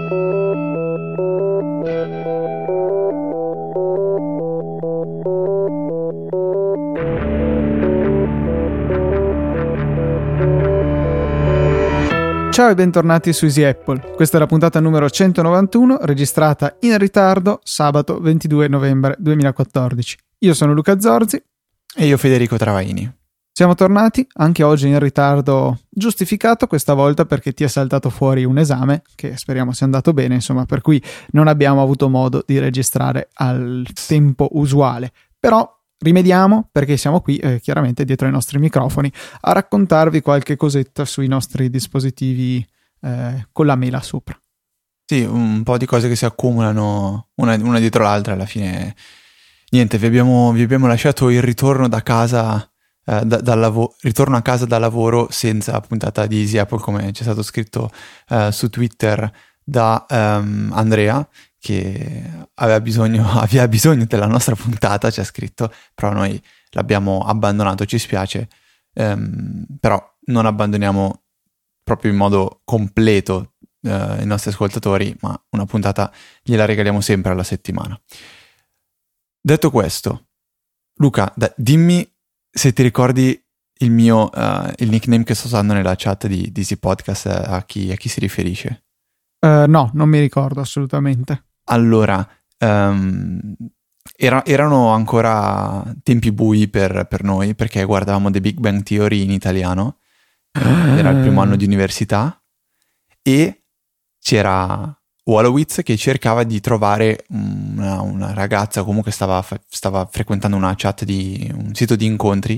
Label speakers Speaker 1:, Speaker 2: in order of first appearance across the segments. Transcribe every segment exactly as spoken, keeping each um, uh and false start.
Speaker 1: Ciao e bentornati su Easy Apple. Questa è la puntata numero centonovantuno, registrata in ritardo sabato ventidue novembre duemilaquattordici. Io sono Luca Zorzi.
Speaker 2: E io Federico Travaini.
Speaker 1: Siamo tornati, anche oggi in ritardo giustificato, questa volta perché ti è saltato fuori un esame, che speriamo sia andato bene, insomma, per cui non abbiamo avuto modo di registrare al tempo usuale. Però rimediamo, perché siamo qui eh, chiaramente dietro ai nostri microfoni a raccontarvi qualche cosetta sui nostri dispositivi eh, con la mela sopra.
Speaker 2: Sì, un po' di cose che si accumulano una, una dietro l'altra. Alla fine niente, vi abbiamo, vi abbiamo lasciato il ritorno da casa eh, da, dal lavoro, ritorno a casa da lavoro senza puntata di Easy Apple, come c'è stato scritto eh, su Twitter da um, Andrea, che aveva bisogno, aveva bisogno della nostra puntata, c'è scritto, però noi l'abbiamo abbandonato, ci spiace, um, però non abbandoniamo proprio in modo completo uh, i nostri ascoltatori, ma una puntata gliela regaliamo sempre alla settimana. Detto questo, Luca, da, dimmi se ti ricordi il mio uh, il nickname che sto usando nella chat di, di Easy Podcast, uh, a, chi, a chi si riferisce?
Speaker 1: Uh, no, non mi ricordo assolutamente.
Speaker 2: Allora, um, era, erano ancora tempi bui per, per noi, perché guardavamo The Big Bang Theory in italiano, ah. Era il primo anno di università, e c'era Wolowitz che cercava di trovare una, una ragazza, comunque stava, stava frequentando una chat di un sito di incontri,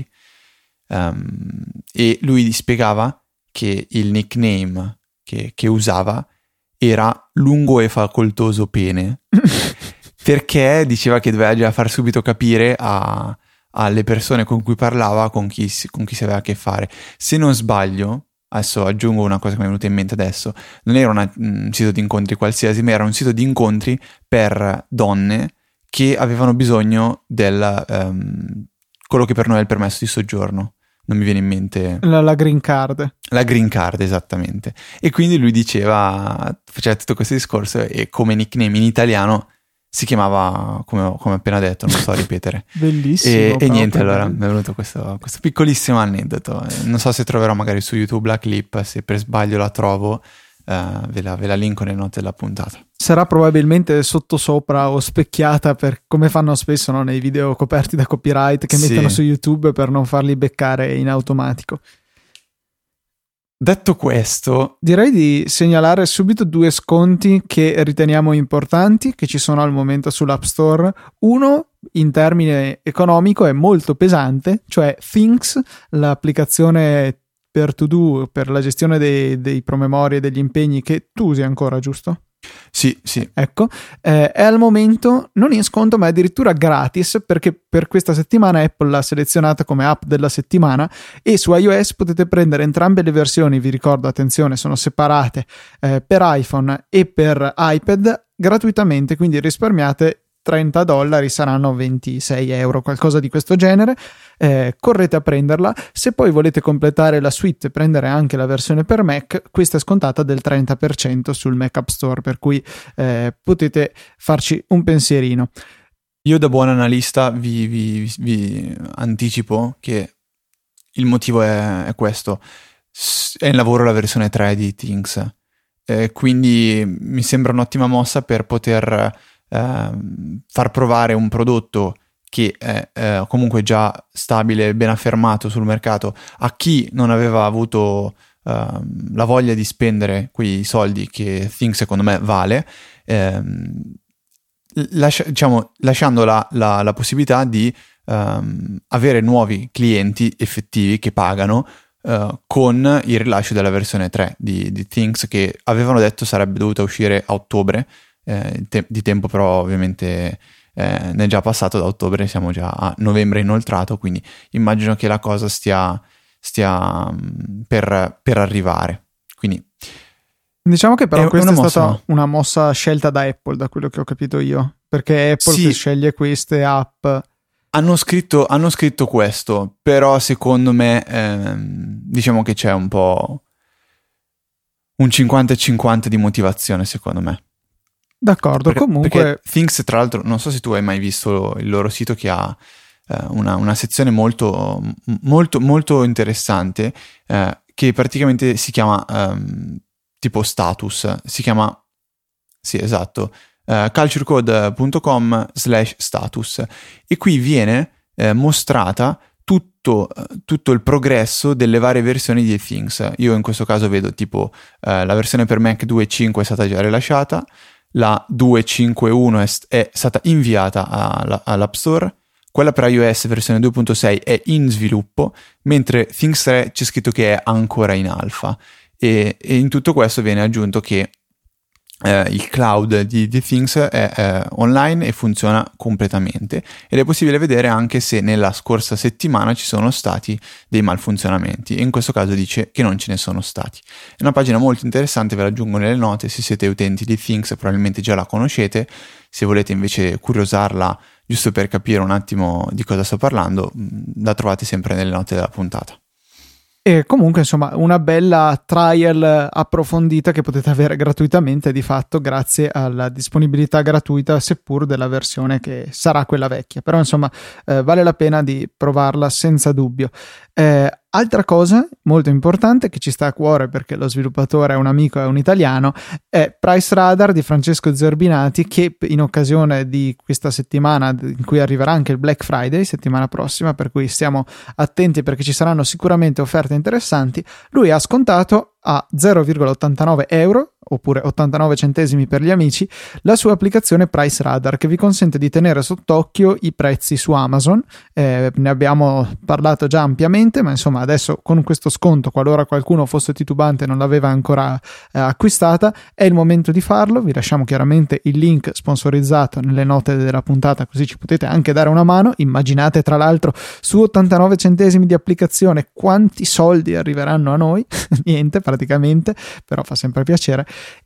Speaker 2: um, e lui gli spiegava che il nickname che, che usava era lungo e facoltoso pene, perché diceva che doveva già far subito capire a, alle persone con cui parlava con chi, con chi si aveva a che fare. Se non sbaglio, adesso aggiungo una cosa che mi è venuta in mente adesso, non era una, un sito di incontri qualsiasi, ma era un sito di incontri per donne che avevano bisogno del um, quello che per noi è il permesso di soggiorno. Non mi viene in mente...
Speaker 1: La, la green card.
Speaker 2: La green card, esattamente. E quindi lui diceva, faceva tutto questo discorso, e come nickname in italiano si chiamava, come, come appena detto, non so ripetere.
Speaker 1: Bellissimo.
Speaker 2: E, e niente, allora mi è venuto questo, questo piccolissimo aneddoto. Non so se troverò magari su YouTube la clip, se per sbaglio la trovo, uh, ve, la, ve la linko nelle note della puntata.
Speaker 1: Sarà probabilmente sottosopra o specchiata, per come fanno spesso, no, nei video coperti da copyright che
Speaker 2: sì.
Speaker 1: mettono su YouTube per non farli beccare in automatico.
Speaker 2: Detto questo,
Speaker 1: direi di segnalare subito due sconti che riteniamo importanti, che ci sono al momento sull'App Store. Uno, in termine economico, è molto pesante, cioè Things, l'applicazione per to do, per la gestione dei, dei promemoria e degli impegni, che tu usi ancora, giusto?
Speaker 2: Sì, sì.
Speaker 1: Ecco, eh, è al momento non in sconto ma addirittura gratis, perché per questa settimana Apple l'ha selezionata come app della settimana, e su iOS potete prendere entrambe le versioni, vi ricordo, attenzione, sono separate, eh, per iPhone e per iPad gratuitamente, quindi risparmiate trenta dollari, saranno ventisei euro, qualcosa di questo genere. Eh, correte a prenderla. Se poi volete completare la suite e prendere anche la versione per Mac, questa è scontata del trenta per cento sul Mac App Store, per cui eh, potete farci un pensierino.
Speaker 2: Io da buon analista vi, vi, vi anticipo che il motivo è, è questo: è in lavoro la versione tre di Things, eh, quindi mi sembra un'ottima mossa per poter eh, far provare un prodotto che è eh, comunque già stabile, ben affermato sul mercato, a chi non aveva avuto eh, la voglia di spendere quei soldi che Things secondo me vale, ehm, lascia, diciamo, lasciando la, la, la possibilità di ehm, avere nuovi clienti effettivi che pagano eh, con il rilascio della versione tre di, di Things, che avevano detto sarebbe dovuta uscire a ottobre, eh, te- di tempo però ovviamente Eh, ne è già passato da ottobre, siamo già a novembre inoltrato, quindi immagino che la cosa stia, stia um, per, per arrivare. Quindi
Speaker 1: diciamo che però
Speaker 2: è,
Speaker 1: questa
Speaker 2: è,
Speaker 1: è
Speaker 2: una
Speaker 1: stata
Speaker 2: mossa...
Speaker 1: una mossa scelta da Apple, da quello che ho capito io, perché è Apple
Speaker 2: sì,
Speaker 1: che sceglie queste app.
Speaker 2: Hanno scritto, hanno scritto questo, però secondo me ehm, diciamo che c'è un po' un cinquanta e cinquanta di motivazione, secondo me.
Speaker 1: D'accordo,
Speaker 2: perché,
Speaker 1: comunque...
Speaker 2: Perché Things, tra l'altro, non so se tu hai mai visto il loro sito che ha eh, una, una sezione molto, molto, molto interessante eh, che praticamente si chiama um, tipo status, si chiama, sì esatto, uh, culturecode punto com slash status, e qui viene eh, mostrata tutto, tutto il progresso delle varie versioni di Things. Io in questo caso vedo tipo eh, la versione per Mac due punto cinque è stata già rilasciata, la due punto cinque punto uno è, è stata inviata alla, all'App Store, quella per iOS versione due punto sei è in sviluppo, mentre Things tre c'è scritto che è ancora in alfa, e, e in tutto questo viene aggiunto che eh, il cloud di, di Things è eh, online e funziona completamente, ed è possibile vedere anche se nella scorsa settimana ci sono stati dei malfunzionamenti, e in questo caso dice che non ce ne sono stati. È una pagina molto interessante, ve la aggiungo nelle note. Se siete utenti di Things probabilmente già la conoscete, se volete invece curiosarla giusto per capire un attimo di cosa sto parlando, la trovate sempre nelle note della puntata.
Speaker 1: E comunque, insomma, una bella trial approfondita che potete avere gratuitamente, di fatto, grazie alla disponibilità gratuita, seppur della versione che sarà quella vecchia. Però, insomma, eh, vale la pena di provarla senza dubbio. Eh, altra cosa molto importante che ci sta a cuore, perché lo sviluppatore è un amico, è un italiano, è Price Radar di Francesco Zerbinati, che in occasione di questa settimana in cui arriverà anche il Black Friday, settimana prossima, per cui stiamo attenti perché ci saranno sicuramente offerte interessanti, lui ha scontato a zero virgola ottantanove euro, oppure ottantanove centesimi per gli amici, la sua applicazione Price Radar, che vi consente di tenere sott'occhio i prezzi su Amazon. Eh, ne abbiamo parlato già ampiamente, ma insomma adesso con questo sconto, qualora qualcuno fosse titubante e non l'aveva ancora eh, acquistata, è il momento di farlo. Vi lasciamo chiaramente il link sponsorizzato nelle note della puntata, così ci potete anche dare una mano. Immaginate, tra l'altro, su ottantanove centesimi di applicazione quanti soldi arriveranno a noi. Niente praticamente, però fa sempre piacere.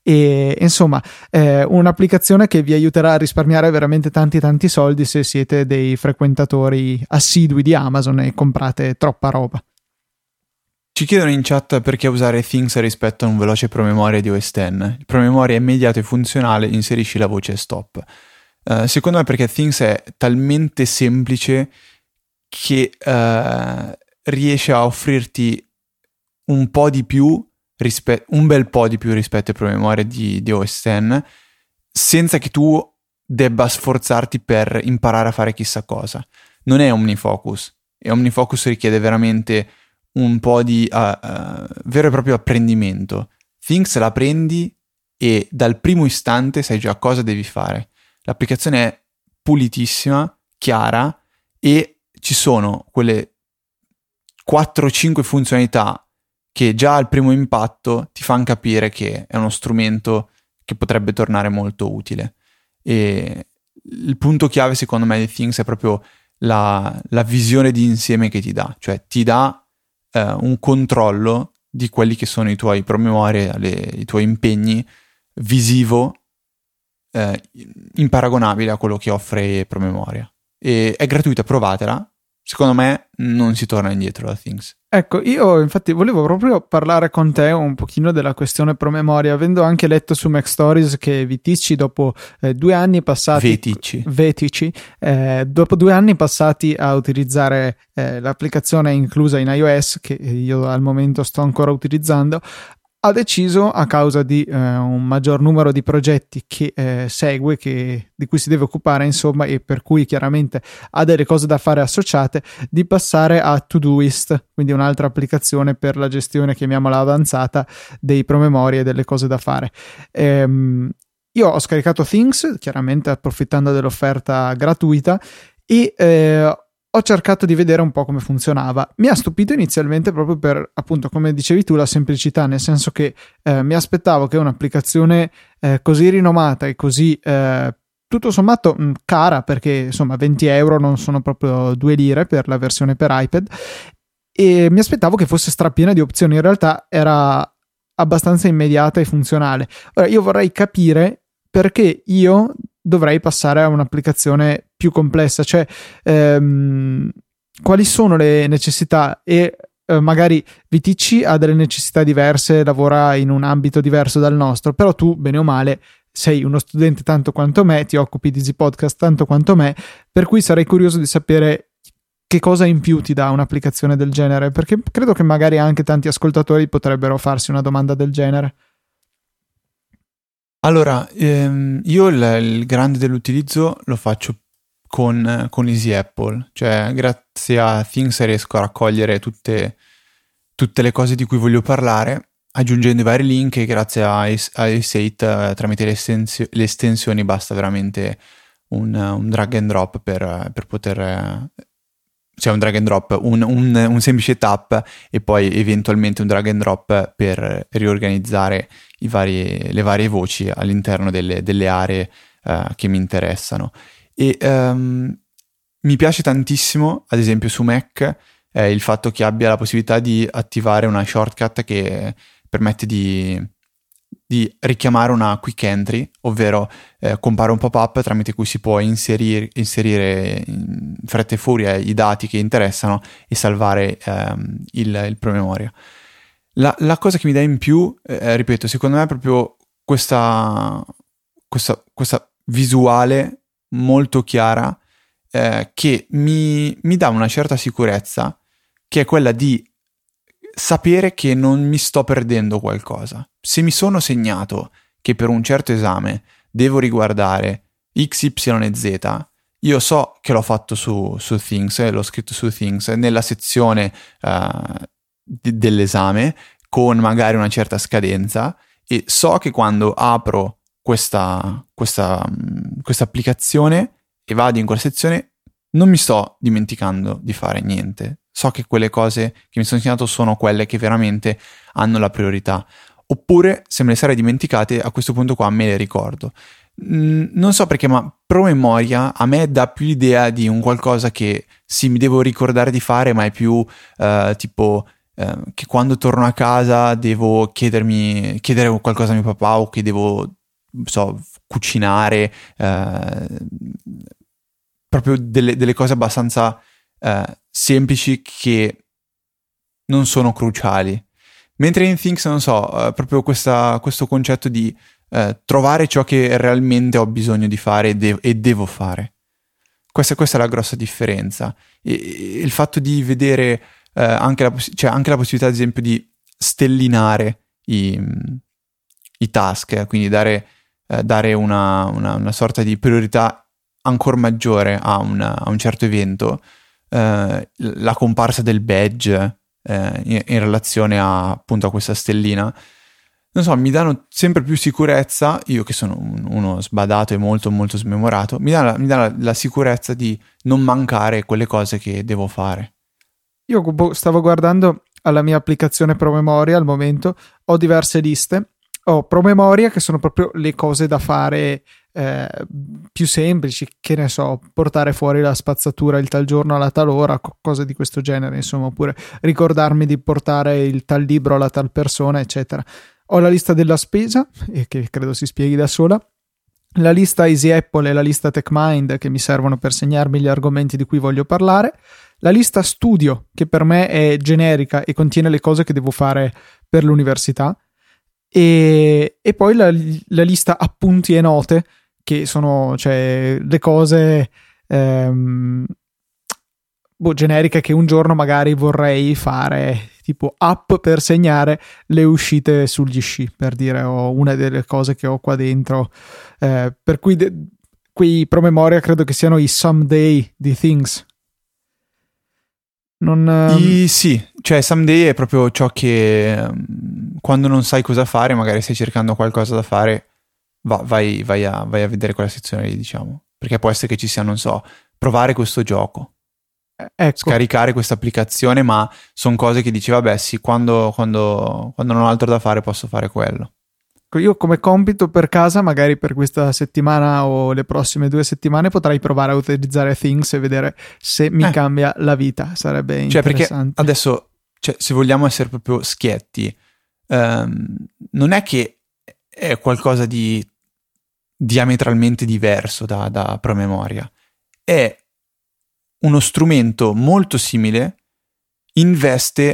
Speaker 1: E insomma, eh, un'applicazione che vi aiuterà a risparmiare veramente tanti tanti soldi se siete dei frequentatori assidui di Amazon e comprate troppa roba.
Speaker 2: Ci chiedono in chat perché usare Things rispetto a un veloce promemoria di O S X. Il promemoria è immediato e funzionale, inserisci la voce stop. Uh, secondo me perché Things è talmente semplice che uh, riesce a offrirti un po' di più Rispe- un bel po' di più rispetto ai promemoria di, di O S X, senza che tu debba sforzarti per imparare a fare chissà cosa. Non è OmniFocus, e OmniFocus richiede veramente un po' di uh, uh, vero e proprio apprendimento. Things la prendi e dal primo istante sai già cosa devi fare. L'applicazione è pulitissima, chiara, e ci sono quelle quattro cinque funzionalità che già al primo impatto ti fanno capire che è uno strumento che potrebbe tornare molto utile. E il punto chiave secondo me di Things è proprio la, la visione di insieme che ti dà, cioè ti dà eh, un controllo di quelli che sono i tuoi promemoria, le, i tuoi impegni visivo eh, imparagonabile a quello che offre promemoria. E è gratuita, provatela. Secondo me non si torna indietro da Things.
Speaker 1: Ecco, io infatti volevo proprio parlare con te un pochino della questione promemoria, avendo anche letto su Mac Stories che Viticci dopo eh, due anni passati
Speaker 2: Vetici,
Speaker 1: Vetici eh, dopo due anni passati a utilizzare eh, l'applicazione inclusa in iOS, che io al momento sto ancora utilizzando, ha deciso, a causa di eh, un maggior numero di progetti che eh, segue, che, di cui si deve occupare, insomma, e per cui chiaramente ha delle cose da fare associate, di passare a Todoist, quindi un'altra applicazione per la gestione, chiamiamola avanzata, dei promemoria e delle cose da fare. Ehm, io ho scaricato Things, chiaramente approfittando dell'offerta gratuita, e eh, ho cercato di vedere un po' come funzionava. Mi ha stupito inizialmente proprio per, appunto, come dicevi tu, la semplicità, nel senso che eh, mi aspettavo che un'applicazione eh, così rinomata e così eh, tutto sommato mh, cara, perché insomma venti euro non sono proprio due lire per la versione per iPad, e mi aspettavo che fosse strapiena di opzioni. In realtà era abbastanza immediata e funzionale. Ora io vorrei capire perché io dovrei passare a un'applicazione più complessa, cioè ehm, quali sono le necessità, e eh, magari V T C ha delle necessità diverse, lavora in un ambito diverso dal nostro, però tu, bene o male, sei uno studente tanto quanto me, ti occupi di Easy Podcast tanto quanto me, per cui sarei curioso di sapere che cosa in più ti dà un'applicazione del genere, perché credo che magari anche tanti ascoltatori potrebbero farsi una domanda del genere.
Speaker 2: Allora, ehm, io il, il grande dell'utilizzo lo faccio con, con Easy Apple, cioè grazie a Things riesco a raccogliere tutte, tutte le cose di cui voglio parlare, aggiungendo i vari link, e grazie a iOS otto eh, tramite le, estensio- le estensioni basta veramente un, un drag and drop per, per poter... cioè un drag and drop, un, un, un semplice tap e poi eventualmente un drag and drop per riorganizzare i vari, le varie voci all'interno delle, delle aree uh, che mi interessano. E um, mi piace tantissimo, ad esempio su Mac, eh, il fatto che abbia la possibilità di attivare una shortcut che permette di, di richiamare una quick entry, ovvero eh, compare un pop-up tramite cui si può inserire, inserire in fretta e furia i dati che interessano e salvare ehm, il, il promemoria. La, la cosa che mi dà in più, eh, ripeto, secondo me è proprio questa, questa, questa visuale molto chiara eh, che mi, mi dà una certa sicurezza, che è quella di sapere che non mi sto perdendo qualcosa. Se mi sono segnato che per un certo esame devo riguardare X, Y e Z, io so che l'ho fatto su, su Things, eh, l'ho scritto su Things, nella sezione uh, d- dell'esame, con magari una certa scadenza, e so che quando apro questa, questa, questa applicazione e vado in quella sezione non mi sto dimenticando di fare niente. So che quelle cose che mi sono segnato sono quelle che veramente hanno la priorità. Oppure, se me le sarei dimenticate, a questo punto qua me le ricordo. Mm, non so perché, ma promemoria a me dà più l'idea di un qualcosa che sì, mi devo ricordare di fare, ma è più uh, tipo uh, che quando torno a casa devo chiedermi, chiedere qualcosa a mio papà, o che devo, so, cucinare, uh, proprio delle, delle cose abbastanza uh, semplici che non sono cruciali. Mentre in Things, non so, uh, proprio questa, questo concetto di uh, trovare ciò che realmente ho bisogno di fare e, de- e devo fare. Questa, questa è la grossa differenza. E, e il fatto di vedere uh, anche, la poss- cioè anche la possibilità, ad esempio, di stellinare i, i task, eh, quindi dare, uh, dare una, una, una sorta di priorità ancora maggiore a, una, a un certo evento. Uh, la comparsa del badge uh, in, in relazione a, appunto, a questa stellina, non so, mi danno sempre più sicurezza. Io che sono un, uno sbadato e molto molto smemorato, mi dà, la, mi dà la, la sicurezza di non mancare quelle cose che devo fare.
Speaker 1: Io stavo guardando alla mia applicazione promemoria al momento, ho diverse liste. Ho promemoria, che sono proprio le cose da fare eh, più semplici, che ne so, portare fuori la spazzatura il tal giorno alla tal ora, co- cose di questo genere, insomma, oppure ricordarmi di portare il tal libro alla tal persona, eccetera. Ho la lista della spesa, e che credo si spieghi da sola, la lista Easy Apple e la lista TechMind, che mi servono per segnarmi gli argomenti di cui voglio parlare, la lista studio, che per me è generica e contiene le cose che devo fare per l'università, E, e poi la, la lista appunti e note, che sono, cioè, le cose ehm, boh, generiche che un giorno magari vorrei fare, tipo app per segnare le uscite sugli sci, per dire, o una delle cose che ho qua dentro, eh, per cui de- quei promemoria credo che siano i someday di Things. Non,
Speaker 2: I, sì, cioè someday è proprio ciò che um, quando non sai cosa fare, magari stai cercando qualcosa da fare, va, vai, vai, a, vai a vedere quella sezione lì, diciamo, perché può essere che ci sia, non so, provare questo gioco,
Speaker 1: ecco.
Speaker 2: scaricare questa applicazione, ma sono cose che dici, vabbè sì, quando, quando, quando non ho altro da fare posso fare quello.
Speaker 1: Io come compito per casa, magari per questa settimana o le prossime due settimane, potrei provare a utilizzare Things e vedere se mi
Speaker 2: eh.
Speaker 1: cambia la vita. Sarebbe
Speaker 2: cioè,
Speaker 1: interessante.
Speaker 2: Perché adesso, cioè, se vogliamo essere proprio schietti, um, non è che è qualcosa di diametralmente diverso da, da promemoria. È uno strumento molto simile in veste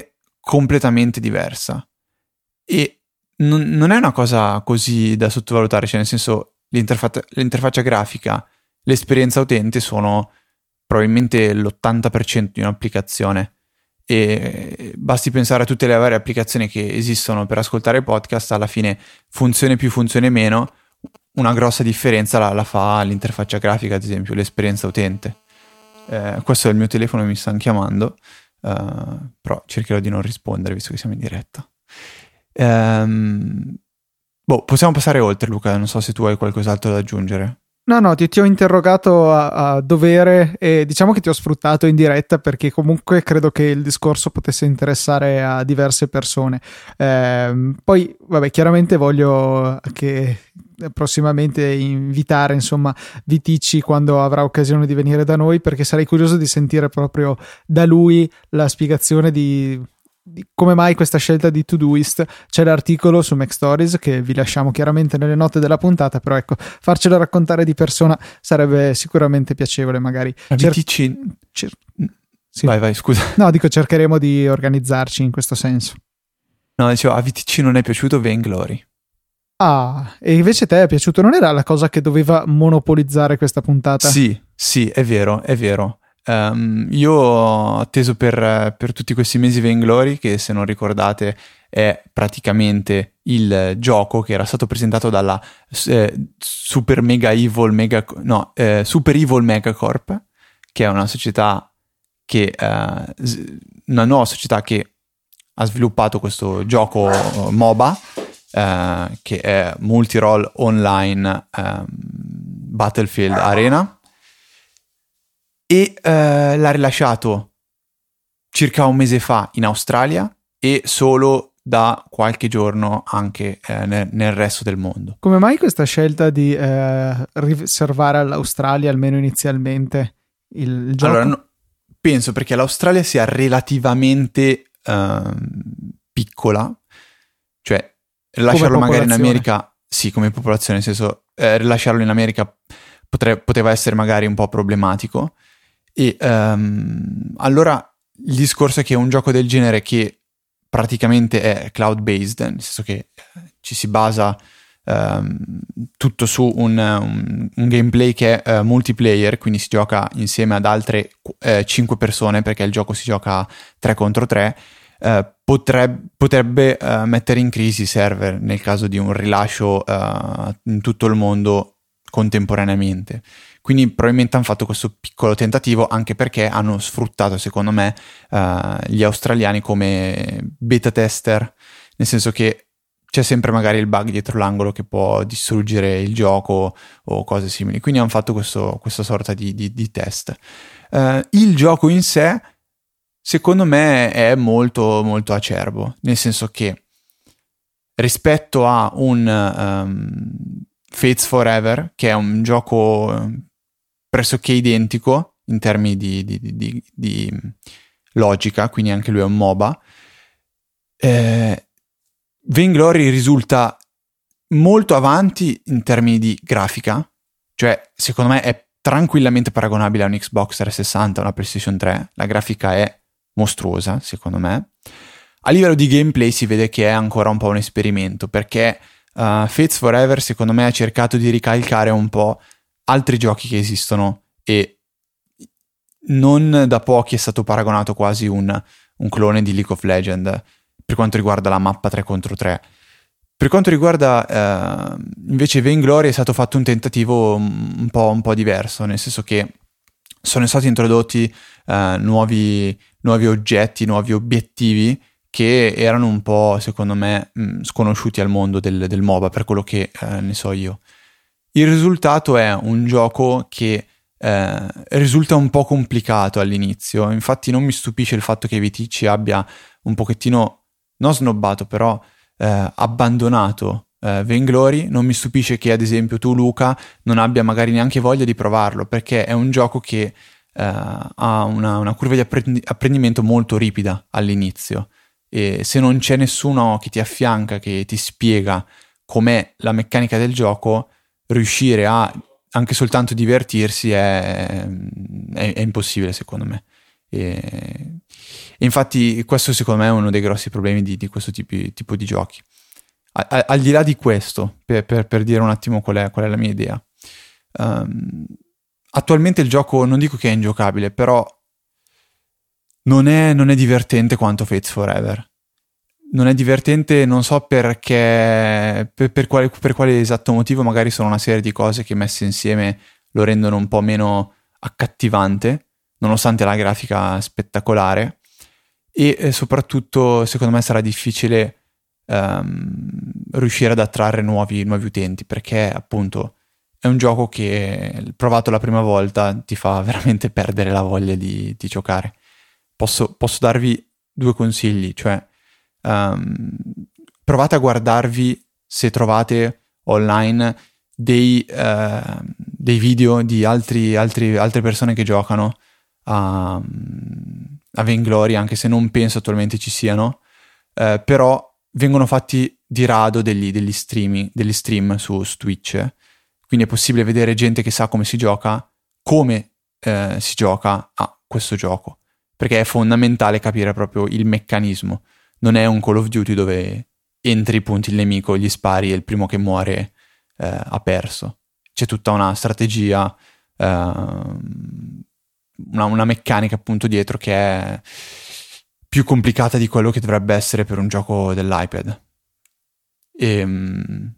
Speaker 2: completamente diversa e non, non è una cosa così da sottovalutare, cioè nel senso l'interfaccia, l'interfaccia grafica, l'esperienza utente sono probabilmente l'ottanta per cento di un'applicazione e basti pensare a tutte le varie applicazioni che esistono per ascoltare podcast, alla fine funzione più funzione meno, una grossa differenza la, la fa l'interfaccia grafica, ad esempio l'esperienza utente. Eh, questo è il mio telefono, mi stanno chiamando, uh, però cercherò di non rispondere visto che siamo in diretta. Um, boh, possiamo passare oltre, Luca, non so se tu hai qualcos'altro da aggiungere.
Speaker 1: No, no, ti, ti ho interrogato a, a dovere e diciamo che ti ho sfruttato in diretta perché comunque credo che il discorso potesse interessare a diverse persone. Eh, poi, vabbè, chiaramente voglio che prossimamente invitare, insomma, Viticci quando avrà occasione di venire da noi, perché sarei curioso di sentire proprio da lui la spiegazione di... di come mai questa scelta di Todoist. C'è l'articolo su Mac Stories che vi lasciamo chiaramente nelle note della puntata, però ecco, farcelo raccontare di persona sarebbe sicuramente piacevole. Magari
Speaker 2: Cer- Cer- Cer- sì. vai vai scusa
Speaker 1: no dico cercheremo di organizzarci in questo senso.
Speaker 2: No, dicevo, a V T C non è piaciuto Vainglory.
Speaker 1: Ah, e invece te è piaciuto? Non era la cosa che doveva monopolizzare questa puntata?
Speaker 2: Sì, sì, è vero, è vero. Um, io ho atteso per, per tutti questi mesi Vainglory, che se non ricordate è praticamente il gioco che era stato presentato dalla eh, Super Mega Evil Mega no eh, Super Evil Megacorp, che è una società che eh, una nuova società che ha sviluppato questo gioco MOBA eh, che è Multi-Role Online eh, Battlefield Arena. E eh, l'ha rilasciato circa un mese fa in Australia e solo da qualche giorno anche eh, nel, nel resto del mondo.
Speaker 1: Come mai questa scelta di eh, riservare all'Australia, almeno inizialmente, il, il gioco?
Speaker 2: Allora, no, penso perché l'Australia sia relativamente eh, piccola, cioè rilasciarlo magari in America, sì, come popolazione, nel senso eh, rilasciarlo in America potre, poteva essere magari un po' problematico. E um, allora il discorso è che un gioco del genere che praticamente è cloud based, nel senso che ci si basa um, tutto su un, un, un gameplay che è uh, multiplayer, quindi si gioca insieme ad altre uh, cinque persone, perché il gioco si gioca tre contro tre, uh, potrebbe, potrebbe uh, mettere in crisi i server nel caso di un rilascio uh, in tutto il mondo contemporaneamente. Quindi probabilmente hanno fatto questo piccolo tentativo, anche perché hanno sfruttato, secondo me, uh, gli australiani come beta tester, nel senso che c'è sempre magari il bug dietro l'angolo che può distruggere il gioco o cose simili. Quindi hanno fatto questo, questa sorta di, di, di test. Uh, il gioco in sé, secondo me, è molto, molto acerbo, nel senso che rispetto a un um, Fates Forever, che è un gioco pressoché identico in termini di, di, di, di, di logica, quindi anche lui è un MOBA, eh, Vainglory risulta molto avanti in termini di grafica, cioè secondo me è tranquillamente paragonabile a un Xbox trecentosessanta, una PlayStation tre, la grafica è mostruosa secondo me. A livello di gameplay si vede che è ancora un po' un esperimento, perché uh, Fates Forever secondo me ha cercato di ricalcare un po' altri giochi che esistono e non da pochi è stato paragonato quasi un, un clone di League of Legends per quanto riguarda la mappa tre contro tre. Per quanto riguarda eh, invece Vainglory è stato fatto un tentativo un po', un po' diverso, nel senso che sono stati introdotti eh, nuovi, nuovi oggetti, nuovi obiettivi che erano un po', secondo me, mh, sconosciuti al mondo del, del MOBA, per quello che eh, ne so io. Il risultato è un gioco che eh, risulta un po' complicato all'inizio, infatti non mi stupisce il fatto che V T C abbia un pochettino, non snobbato, però eh, abbandonato eh, Vainglory. Non mi stupisce che ad esempio tu, Luca, non abbia magari neanche voglia di provarlo, perché è un gioco che eh, ha una, una curva di apprendi- apprendimento molto ripida all'inizio, e se non c'è nessuno che ti affianca, che ti spiega com'è la meccanica del gioco, riuscire a anche soltanto divertirsi è, è, è impossibile secondo me. E, e infatti questo secondo me è uno dei grossi problemi di, di questo tipo, tipo di giochi. A, a, al di là di questo, per, per, per dire un attimo qual è, qual è la mia idea, um, attualmente il gioco non dico che è ingiocabile, però non è, non è divertente quanto Fates Forever. Non è divertente, non so perché, per, per, quale, per quale esatto motivo. Magari sono una serie di cose che messe insieme lo rendono un po' meno accattivante, nonostante la grafica spettacolare, e eh, soprattutto secondo me sarà difficile um, riuscire ad attrarre nuovi, nuovi utenti, perché appunto è un gioco che, provato la prima volta, ti fa veramente perdere la voglia di, di giocare. Posso, posso darvi due consigli, cioè um, provate a guardarvi, se trovate online, dei, uh, dei video di altri, altri, altre persone che giocano a, a Vainglory, anche se non penso attualmente ci siano, uh, però vengono fatti di rado degli, degli, streaming, degli stream su, su Twitch, quindi è possibile vedere gente che sa come si gioca, come uh, si gioca a questo gioco, perché è fondamentale capire proprio il meccanismo. Non è un Call of Duty dove entri, punti il nemico, gli spari e il primo che muore eh, ha perso. C'è tutta una strategia, eh, una, una meccanica appunto dietro che è più complicata di quello che dovrebbe essere per un gioco dell'iPad. E, non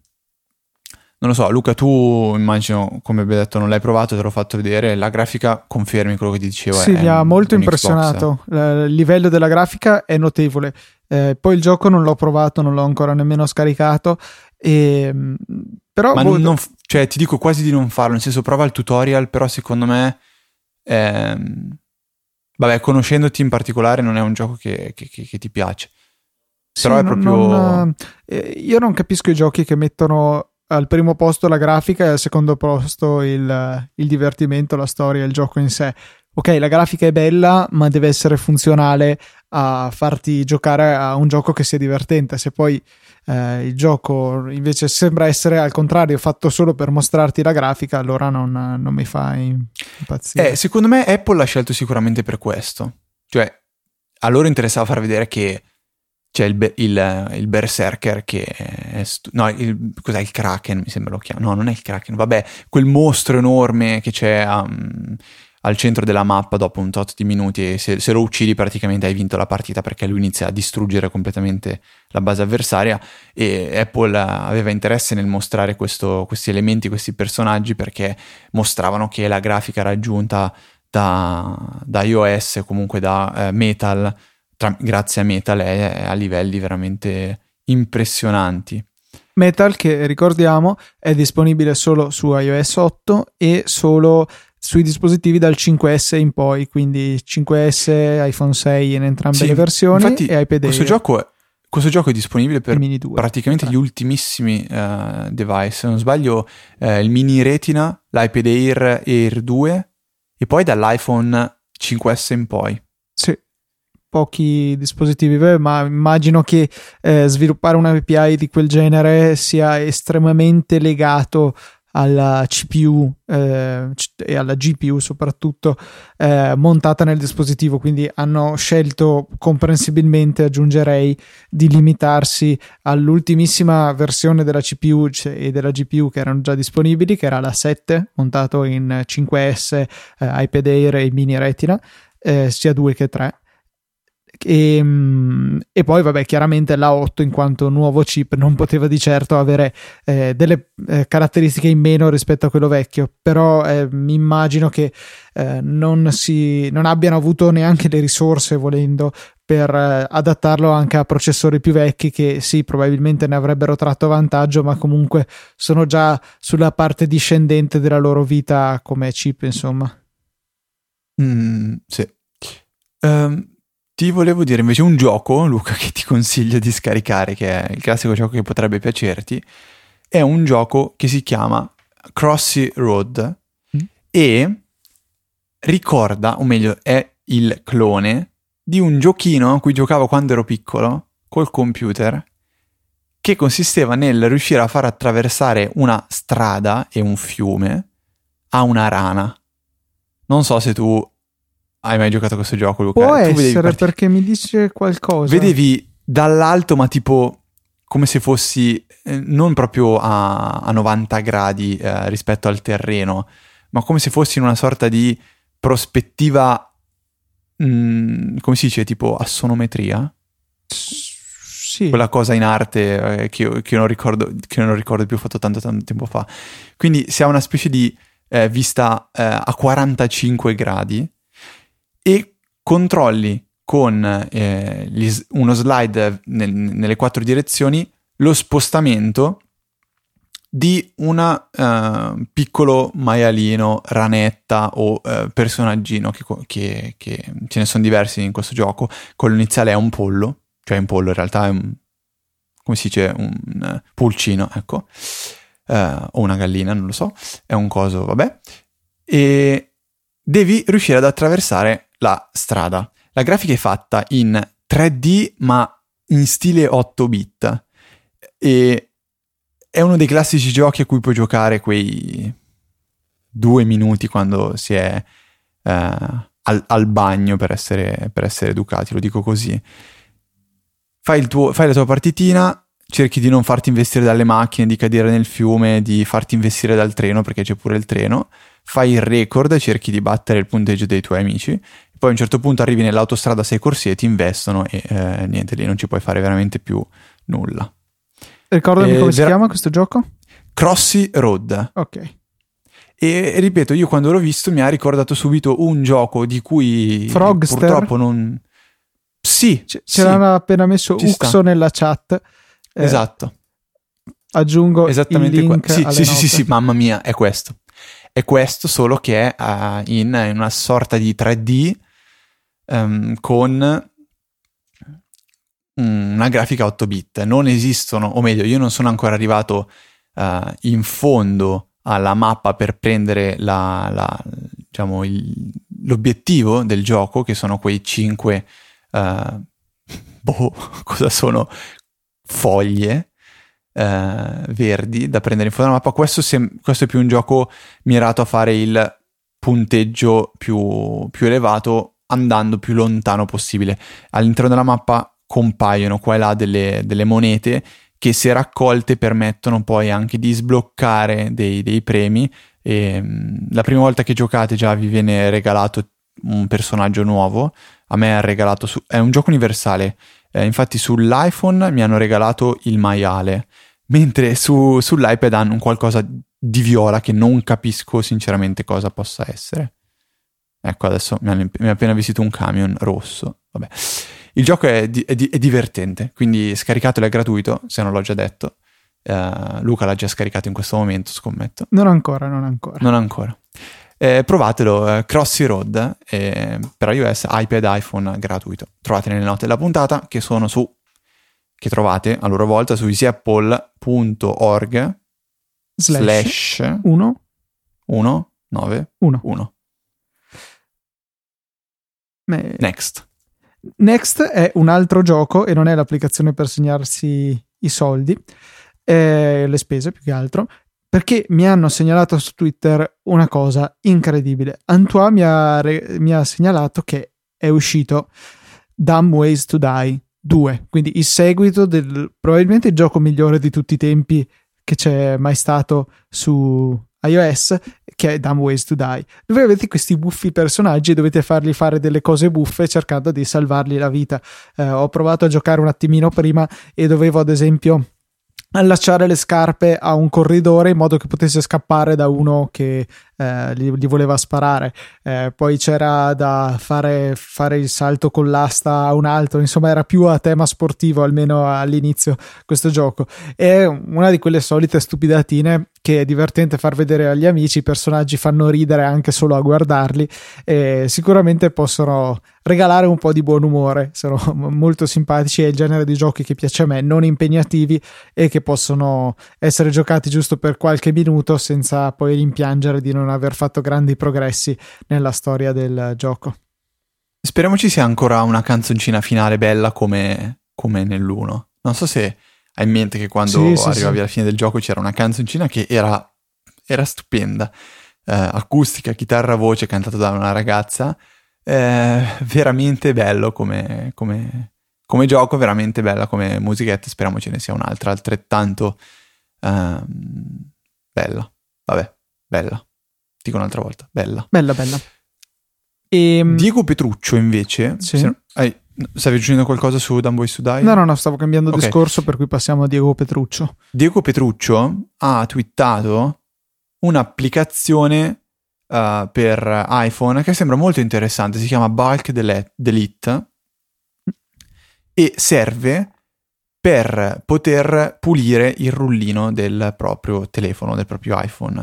Speaker 2: lo so, Luca, tu immagino, come abbiamo detto, non l'hai provato, te l'ho fatto vedere, la grafica, confermi quello che ti dicevo?
Speaker 1: Sì, mi ha molto impressionato, Xbox. Il livello della grafica è notevole, eh, poi il gioco non l'ho provato, non l'ho ancora nemmeno scaricato, e, però
Speaker 2: ma
Speaker 1: boh,
Speaker 2: non, cioè ti dico quasi di non farlo, nel senso prova il tutorial, però secondo me ehm, vabbè, conoscendoti in particolare non è un gioco che, che, che, che ti piace,
Speaker 1: sì,
Speaker 2: però è
Speaker 1: non,
Speaker 2: proprio
Speaker 1: non, eh, io non capisco i giochi che mettono al primo posto la grafica e al secondo posto il, il divertimento, la storia, il gioco in sé. Ok, la grafica è bella, ma deve essere funzionale a farti giocare a un gioco che sia divertente. Se poi eh, il gioco invece sembra essere al contrario, fatto solo per mostrarti la grafica, allora non, non mi fa impazzire.
Speaker 2: Eh, secondo me Apple l'ha scelto sicuramente per questo. Cioè, a loro interessava far vedere che c'è il, il, il Berserker che è stu- no, il, cos'è il Kraken mi sembra lo chiama, no non è il Kraken, vabbè, quel mostro enorme che c'è um, al centro della mappa dopo un tot di minuti, e se, se lo uccidi praticamente hai vinto la partita, perché lui inizia a distruggere completamente la base avversaria, e Apple aveva interesse nel mostrare questo, questi elementi, questi personaggi, perché mostravano che la grafica raggiunta da, da iOS, comunque da eh, Metal, Tra, grazie a Metal è a livelli veramente impressionanti.
Speaker 1: Metal, che ricordiamo è disponibile solo su iOS otto e solo sui dispositivi dal cinque S in poi, quindi cinque S, iPhone sei in entrambe sì, le versioni,
Speaker 2: infatti,
Speaker 1: e iPad
Speaker 2: questo
Speaker 1: Air.
Speaker 2: Gioco è, questo gioco è disponibile per
Speaker 1: Mini due,
Speaker 2: praticamente tre. Gli ultimissimi uh, device, se non sbaglio uh, il Mini Retina, l'iPad Air Air due e poi dall'iPhone cinque S in poi.
Speaker 1: Sì, pochi dispositivi, ma immagino che eh, sviluppare una A P I di quel genere sia estremamente legato alla C P U eh, e alla G P U soprattutto eh, montata nel dispositivo, quindi hanno scelto comprensibilmente, aggiungerei, di limitarsi all'ultimissima versione della C P U e della G P U che erano già disponibili, che era la sette, montato in cinque S, eh, iPad Air e Mini Retina, eh, sia due che tre. E, e poi vabbè, chiaramente la otto, in quanto nuovo chip, non poteva di certo avere eh, delle eh, caratteristiche in meno rispetto a quello vecchio, però eh, mi immagino che eh, non, si, non abbiano avuto neanche le risorse, volendo, per eh, adattarlo anche a processori più vecchi, che sì, probabilmente ne avrebbero tratto vantaggio, ma comunque sono già sulla parte discendente della loro vita come chip, insomma.
Speaker 2: Mm, sì. Um... Ti volevo dire invece un gioco, Luca, che ti consiglio di scaricare, che è il classico gioco che potrebbe piacerti. È un gioco che si chiama Crossy Road mm. e ricorda, o meglio è il clone di un giochino a cui giocavo quando ero piccolo col computer, che consisteva nel riuscire a far attraversare una strada e un fiume a una rana. Non so se tu hai mai giocato a questo gioco, Luca?
Speaker 1: Può
Speaker 2: Tu
Speaker 1: essere,
Speaker 2: part-
Speaker 1: perché mi dice qualcosa.
Speaker 2: Vedevi dall'alto, ma tipo come se fossi eh, non proprio a, a novanta gradi eh, rispetto al terreno, ma come se fossi in una sorta di prospettiva, mh, come si dice, tipo assonometria?
Speaker 1: Sì.
Speaker 2: Quella cosa in arte eh, che, io, che, io non ricordo, che io non ricordo più, ho fatto tanto tanto tempo fa. Quindi si ha una specie di eh, vista eh, a quarantacinque gradi e controlli con eh, gli, uno slide nel, nelle quattro direzioni lo spostamento di un uh, piccolo maialino, ranetta o uh, personaggino che, che, che ce ne sono diversi in questo gioco. Quello iniziale è un pollo, cioè un pollo in realtà è un, come si dice, un uh, pulcino, ecco, uh, o una gallina, non lo so, è un coso, vabbè, e devi riuscire ad attraversare la strada. La grafica è fatta in tre D ma in stile otto bit e è uno dei classici giochi a cui puoi giocare quei due minuti quando si è eh, al, al bagno, per essere, per essere educati, lo dico così. Fai, il tuo, fai la tua partitina, cerchi di non farti investire dalle macchine, di cadere nel fiume, di farti investire dal treno, perché c'è pure il treno, fai il record, cerchi di battere il punteggio dei tuoi amici, poi a un certo punto arrivi nell'autostrada, sei corsie, ti investono e eh, niente, lì non ci puoi fare veramente più nulla.
Speaker 1: Ricordami
Speaker 2: eh,
Speaker 1: come si
Speaker 2: vera-
Speaker 1: chiama questo gioco?
Speaker 2: Crossy Road.
Speaker 1: Ok.
Speaker 2: E, e ripeto, io quando l'ho visto mi ha ricordato subito un gioco di cui
Speaker 1: Frogster?
Speaker 2: purtroppo non... Sì,
Speaker 1: C-
Speaker 2: sì,
Speaker 1: c'era appena messo
Speaker 2: ci
Speaker 1: Uxo
Speaker 2: sta.
Speaker 1: nella chat. Eh,
Speaker 2: Esatto.
Speaker 1: Aggiungo
Speaker 2: Esattamente
Speaker 1: il link
Speaker 2: que- sì,
Speaker 1: alle
Speaker 2: sì, sì,
Speaker 1: note.
Speaker 2: sì, sì, mamma mia, è questo. È questo, solo che è uh, in, in una sorta di tre D um, con una grafica otto bit. Non esistono, o meglio, io non sono ancora arrivato uh, in fondo alla mappa per prendere la, la, diciamo, il, l'obiettivo del gioco, che sono quei cinque uh, boh, cosa sono? Foglie uh, verdi da prendere in fondo alla mappa. Questo, sem- questo è più un gioco mirato a fare il punteggio più, più elevato andando più lontano possibile. All'interno della mappa compaiono qua e là delle, delle monete che, se raccolte, permettono poi anche di sbloccare dei, dei premi. E, mh, la prima volta che giocate già vi viene regalato un personaggio nuovo. A me ha regalato su- è un gioco universale, eh, infatti sull'iPhone mi hanno regalato il maiale, mentre su, sull'iPad hanno un qualcosa di viola che non capisco sinceramente cosa possa essere. Ecco, adesso mi, hanno, mi ha appena visitato un camion rosso. Vabbè. Il gioco è, di, è, di, è divertente, quindi scaricatelo, è gratuito, se non l'ho già detto. Uh, Luca l'ha già scaricato in questo momento, scommetto.
Speaker 1: Non ancora, non ancora.
Speaker 2: Non ancora. Eh, provatelo, eh, Crossy Road, eh, per iOS, iPad, iPhone, gratuito. Trovate nelle note della puntata, che sono su, che trovate a loro volta su easyapple punto org slash
Speaker 1: uno
Speaker 2: uno nove uno. Next.
Speaker 1: Next è un altro gioco e non è l'applicazione per segnarsi i soldi, eh, le spese più che altro, perché mi hanno segnalato su Twitter una cosa incredibile. Antoine mi ha, mi ha segnalato che è uscito Dumb Ways to Die due, quindi il seguito del probabilmente il gioco migliore di tutti i tempi che c'è mai stato su iOS, che è Dumb Ways to Die, dove avete questi buffi personaggi e dovete fargli fare delle cose buffe cercando di salvargli la vita. Eh, ho provato a giocare un attimino prima e dovevo, ad esempio, allacciare le scarpe a un corridore in modo che potesse scappare da uno che eh, gli, gli voleva sparare. Eh, poi c'era da fare, fare il salto con l'asta a un altro, insomma era più a tema sportivo, almeno all'inizio, questo gioco. È una di quelle solite stupidatine che è divertente far vedere agli amici, i personaggi fanno ridere anche solo a guardarli e sicuramente possono regalare un po' di buon umore, sono molto simpatici, è il genere di giochi che piace a me, non impegnativi e che possono essere giocati giusto per qualche minuto senza poi rimpiangere di non aver fatto grandi progressi nella storia del gioco.
Speaker 2: Speriamo ci sia ancora una canzoncina finale bella come, come nell'uno. Non so se hai in mente che quando
Speaker 1: sì, sì,
Speaker 2: arrivavi
Speaker 1: sì.
Speaker 2: alla fine del gioco c'era una canzoncina che era, era stupenda, eh, acustica, chitarra, voce, cantata da una ragazza, eh, veramente bello come, come, come gioco, veramente bella come musichetta. Speriamo ce ne sia un'altra altrettanto uh, bella. Vabbè, bella. Dico un'altra volta, bella.
Speaker 1: Bella, bella. E...
Speaker 2: Diego Petruccio invece,
Speaker 1: sì.
Speaker 2: se, hai, stavi aggiungendo qualcosa su Dumb Ways to Die?
Speaker 1: No, no, no, stavo cambiando
Speaker 2: okay.
Speaker 1: discorso, per cui passiamo a Diego Petruccio.
Speaker 2: Diego Petruccio ha twittato un'applicazione uh, per iPhone che sembra molto interessante, si chiama Bulk Delete e serve per poter pulire il rullino del proprio telefono, del proprio iPhone.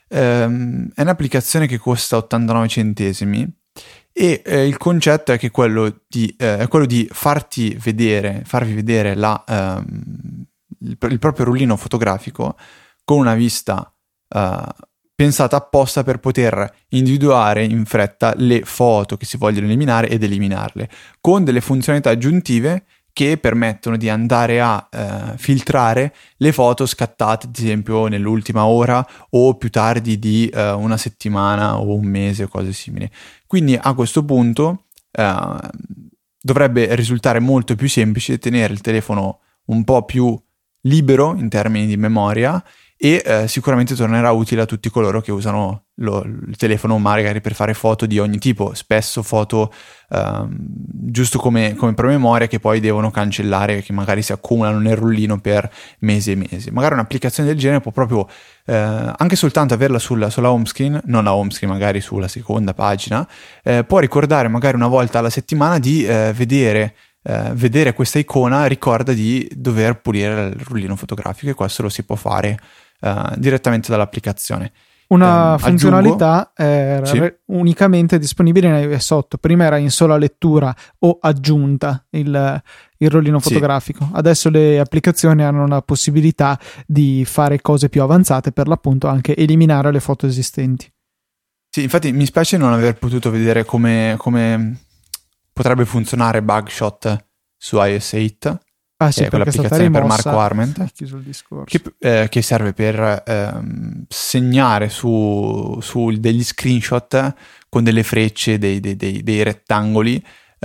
Speaker 2: Um, è un'applicazione che costa ottantanove centesimi e eh, il concetto è che quello di, eh, è quello di farti vedere, farvi vedere la, um, il, il proprio rullino fotografico con una vista uh, pensata apposta per poter individuare in fretta le foto che si vogliono eliminare ed eliminarle, con delle funzionalità aggiuntive che permettono di andare a eh, filtrare le foto scattate ad esempio nell'ultima ora o più tardi di eh, una settimana o un mese o cose simili. Quindi a questo punto eh, dovrebbe risultare molto più semplice tenere il telefono un po' più libero in termini di memoria e eh, sicuramente tornerà utile a tutti coloro che usano lo, il telefono magari per fare foto di ogni tipo, spesso foto ehm, giusto come, come promemoria che poi devono cancellare, che magari si accumulano nel rullino per mesi e mesi. Magari un'applicazione del genere può proprio eh, anche soltanto averla sulla, sulla home screen, non la home screen magari sulla seconda pagina, eh, può ricordare magari una volta alla settimana di eh, vedere Uh, vedere questa icona ricorda di dover pulire il rullino fotografico e questo lo si può fare uh, direttamente dall'applicazione.
Speaker 1: Una
Speaker 2: um,
Speaker 1: funzionalità era
Speaker 2: sì.
Speaker 1: unicamente disponibile in iOS otto, prima era in sola lettura o aggiunta il, il rollino fotografico, sì. Adesso le applicazioni hanno la possibilità di fare cose più avanzate, per l'appunto anche eliminare le foto esistenti.
Speaker 2: Sì, infatti mi spiace non aver potuto vedere come... come... potrebbe funzionare Bugshot su iOS otto,
Speaker 1: ah, sì,
Speaker 2: che è quell'applicazione per Marco Arment, che, eh, che serve per ehm, segnare su, su degli screenshot con delle frecce, dei, dei, dei, dei rettangoli,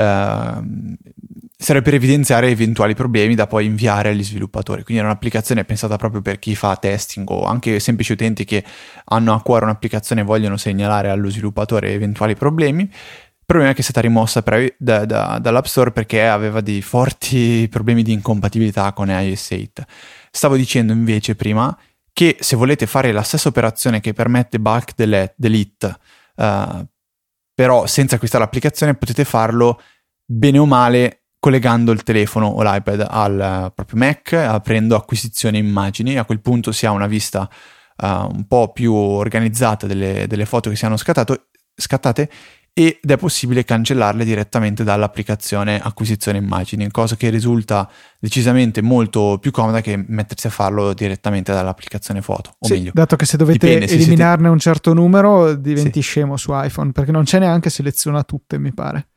Speaker 2: ehm, serve per evidenziare eventuali problemi da poi inviare agli sviluppatori. Quindi è un'applicazione pensata proprio per chi fa testing o anche semplici utenti che hanno a cuore un'applicazione e vogliono segnalare allo sviluppatore eventuali problemi. Il problema è che è stata rimossa pre- da, da, dall'App Store perché aveva dei forti problemi di incompatibilità con iOS otto. Stavo dicendo invece prima che se volete fare la stessa operazione che permette Bulk Delete, uh, però senza acquistare l'applicazione, potete farlo bene o male collegando il telefono o l'iPad al proprio Mac, aprendo acquisizione immagini. A quel punto si ha una vista uh, un po' più organizzata delle, delle foto che si hanno scattato, scattate ed è possibile cancellarle direttamente dall'applicazione acquisizione immagini, cosa che risulta decisamente molto più comoda che mettersi a farlo direttamente dall'applicazione foto, o
Speaker 1: sì,
Speaker 2: meglio.
Speaker 1: Dato che se dovete
Speaker 2: dipende,
Speaker 1: eliminarne siete... un certo numero diventi
Speaker 2: sì.
Speaker 1: scemo su iPhone, perché non c'è neanche seleziona tutte, mi pare.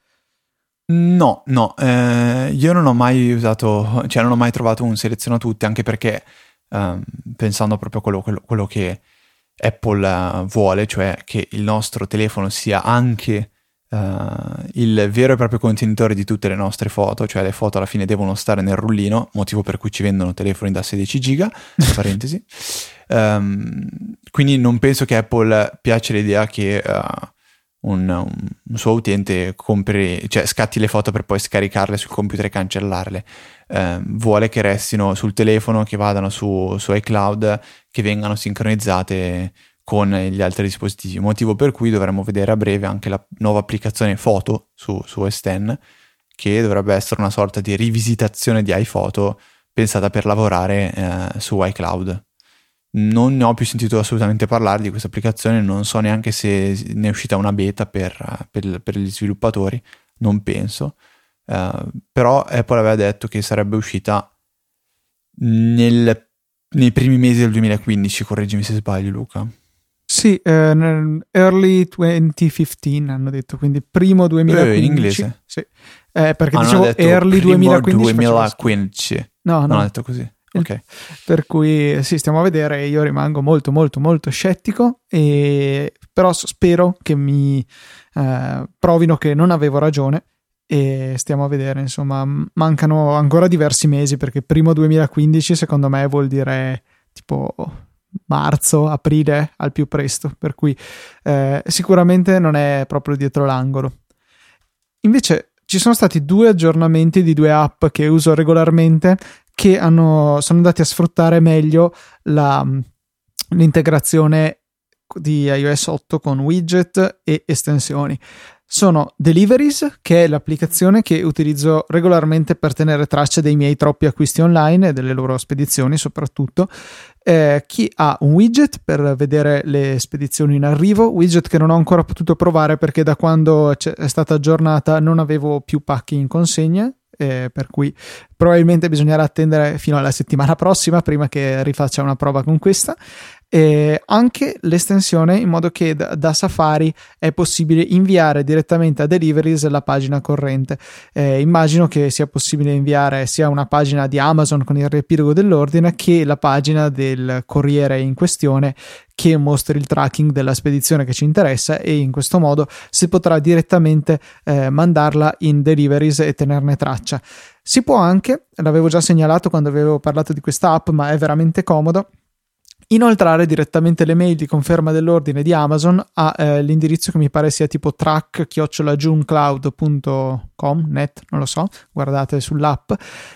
Speaker 2: No, no, eh, io non ho mai usato, cioè non ho mai trovato un seleziona tutte, anche perché eh, pensando proprio a quello, quello, quello che Apple uh, vuole, cioè che il nostro telefono sia anche uh, il vero e proprio contenitore di tutte le nostre foto, cioè le foto alla fine devono stare nel rullino, motivo per cui ci vendono telefoni da sedici giga, parentesi. Um, quindi non penso che Apple piaccia l'idea che uh, un, un, un suo utente compri, cioè scatti le foto per poi scaricarle sul computer e cancellarle. Uh, vuole che restino sul telefono, che vadano su, su iCloud, che vengano sincronizzate con gli altri dispositivi, motivo per cui dovremo vedere a breve anche la nuova applicazione foto su, su O S X, che dovrebbe essere una sorta di rivisitazione di iPhoto pensata per lavorare eh, su iCloud. Non ne ho più sentito assolutamente parlare di questa applicazione, non so neanche se ne è uscita una beta per, per, per gli sviluppatori, non penso. Uh, però Apple aveva detto che sarebbe uscita nel, nei primi mesi del duemilaquindici, correggimi se sbaglio Luca.
Speaker 1: Sì, eh, early duemilaquindici hanno detto, quindi primo duemilaquindici.
Speaker 2: Eh, in inglese?
Speaker 1: Sì, eh, perché
Speaker 2: ah,
Speaker 1: dicevo early duemilaquindici.
Speaker 2: duemilaquindici.
Speaker 1: No, no.
Speaker 2: Non ho detto così. Ok.
Speaker 1: Per cui sì, stiamo a vedere, io rimango molto molto molto scettico e però spero che mi eh, provino che non avevo ragione e stiamo a vedere, insomma. Mancano ancora diversi mesi, perché primo duemilaquindici secondo me vuol dire tipo marzo, aprile al più presto, per cui eh, sicuramente non è proprio dietro l'angolo. Invece ci sono stati due aggiornamenti di due app che uso regolarmente che hanno, sono andati a sfruttare meglio la, l'integrazione di iOS otto con widget e estensioni. Sono Deliveries, che è l'applicazione che utilizzo regolarmente per tenere traccia dei miei troppi acquisti online e delle loro spedizioni soprattutto. Eh, chi ha un widget per vedere le spedizioni in arrivo, widget che non ho ancora potuto provare perché da quando è stata aggiornata non avevo più pacchi in consegna, eh, per cui probabilmente bisognerà attendere fino alla settimana prossima prima che rifaccia una prova con questa. E anche l'estensione, in modo che da, da Safari è possibile inviare direttamente a Deliveries la pagina corrente. Eh, immagino che sia possibile inviare sia una pagina di Amazon con il riepilogo dell'ordine che la pagina del corriere in questione, che mostri il tracking della spedizione che ci interessa, e in questo modo si potrà direttamente eh, mandarla in Deliveries e tenerne traccia. Si può anche, l'avevo già segnalato quando avevo parlato di questa app, ma è veramente comodo, inoltrare direttamente le mail di conferma dell'ordine di Amazon a eh, l'indirizzo che mi pare sia tipo track chiocciola junecloud punto com, net, non lo so, guardate sull'app,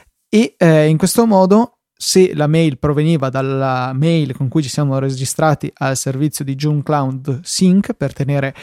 Speaker 1: e eh, in questo modo, se la mail proveniva dalla mail con cui ci siamo registrati al servizio di JuneCloud Sync per tenere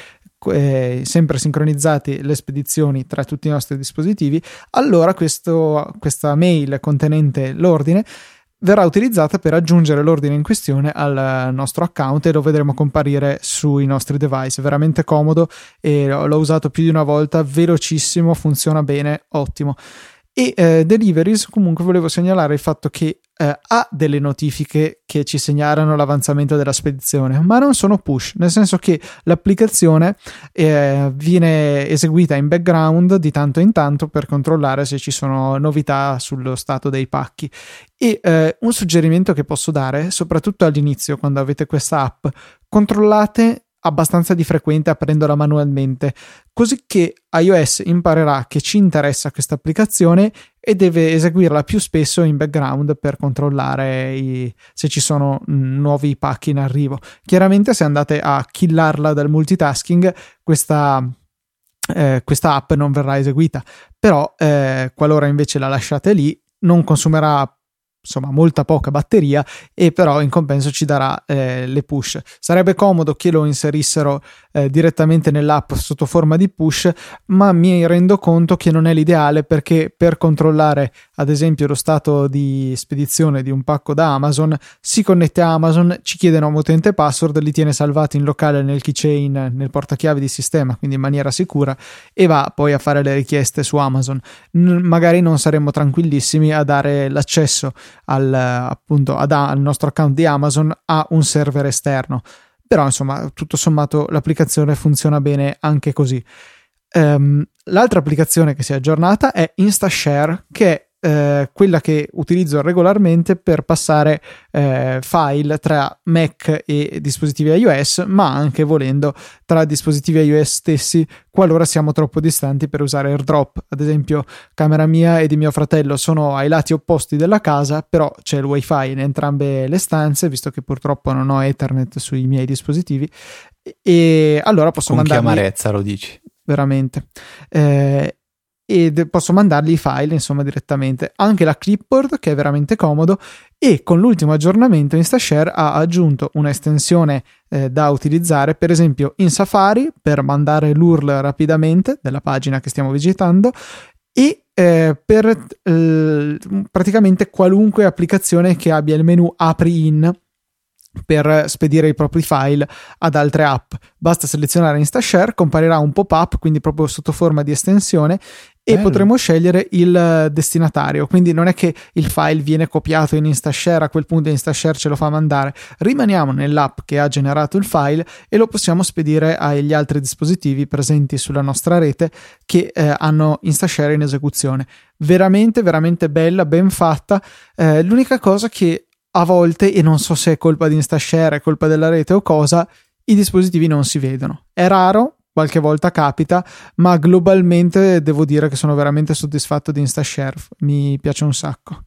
Speaker 1: eh, sempre sincronizzate le spedizioni tra tutti i nostri dispositivi, allora questo, questa mail contenente l'ordine verrà utilizzata per aggiungere l'ordine in questione al nostro account e lo vedremo comparire sui nostri device. Veramente comodo, e l'ho usato più di una volta, velocissimo, funziona bene, ottimo. E eh, Deliveries, comunque volevo segnalare il fatto che eh, ha delle notifiche che ci segnalano l'avanzamento della spedizione, ma non sono push, nel senso che l'applicazione eh, viene eseguita in background di tanto in tanto per controllare se ci sono novità sullo stato dei pacchi. E eh, un suggerimento che posso dare, soprattutto all'inizio quando avete questa app, controllate abbastanza di frequente aprendola manualmente, così che iOS imparerà che ci interessa questa applicazione e deve eseguirla più spesso in background per controllare i, se ci sono mh, nuovi pacchi in arrivo. Chiaramente se andate a killarla dal multitasking, questa eh, questa app non verrà eseguita, però eh, qualora invece la lasciate lì non consumerà insomma molta poca batteria, e però in compenso ci darà eh, le push. Sarebbe comodo che lo inserissero eh, direttamente nell'app sotto forma di push, ma mi rendo conto che non è l'ideale, perché per controllare ad esempio lo stato di spedizione di un pacco da Amazon si connette a Amazon, ci chiede nome utente e password, li tiene salvati in locale nel keychain, nel portachiavi di sistema, quindi in maniera sicura, e va poi a fare le richieste su Amazon. N- magari non saremmo tranquillissimi a dare l'accesso al, appunto ad, al nostro account di Amazon a un server esterno, però insomma tutto sommato l'applicazione funziona bene anche così. Um, l'altra applicazione che si è aggiornata è InstaShare, che è eh, quella che utilizzo regolarmente per passare eh, file tra Mac e dispositivi iOS, ma anche, volendo, tra dispositivi iOS stessi qualora siamo troppo distanti per usare AirDrop. Ad esempio, camera mia e di mio fratello sono ai lati opposti della casa, però c'è il wifi in entrambe le stanze, visto che purtroppo non ho Ethernet sui miei dispositivi, e allora posso
Speaker 2: con
Speaker 1: mandarli...
Speaker 2: che amarezza lo dici?
Speaker 1: Veramente. Eh, e posso mandargli i file insomma direttamente. Anche la clipboard, che è veramente comodo, e con l'ultimo aggiornamento InstaShare ha aggiunto un'estensione eh, da utilizzare per esempio in Safari per mandare l'U R L rapidamente della pagina che stiamo visitando, e eh, per eh, praticamente qualunque applicazione che abbia il menu apri in per spedire i propri file ad altre app. Basta selezionare InstaShare, comparirà un pop-up, quindi proprio sotto forma di estensione, e Bello. Potremo scegliere il destinatario, quindi non è che il file viene copiato in InstaShare, a quel punto InstaShare ce lo fa mandare, rimaniamo nell'app che ha generato il file e lo possiamo spedire agli altri dispositivi presenti sulla nostra rete che eh, hanno InstaShare in esecuzione. Veramente veramente bella, ben fatta. Eh, l'unica cosa che a volte, e non so se è colpa di InstaShare, è colpa della rete o cosa, i dispositivi non si vedono. È raro, qualche volta capita, ma globalmente devo dire che sono veramente soddisfatto di InstaShare, mi piace un sacco.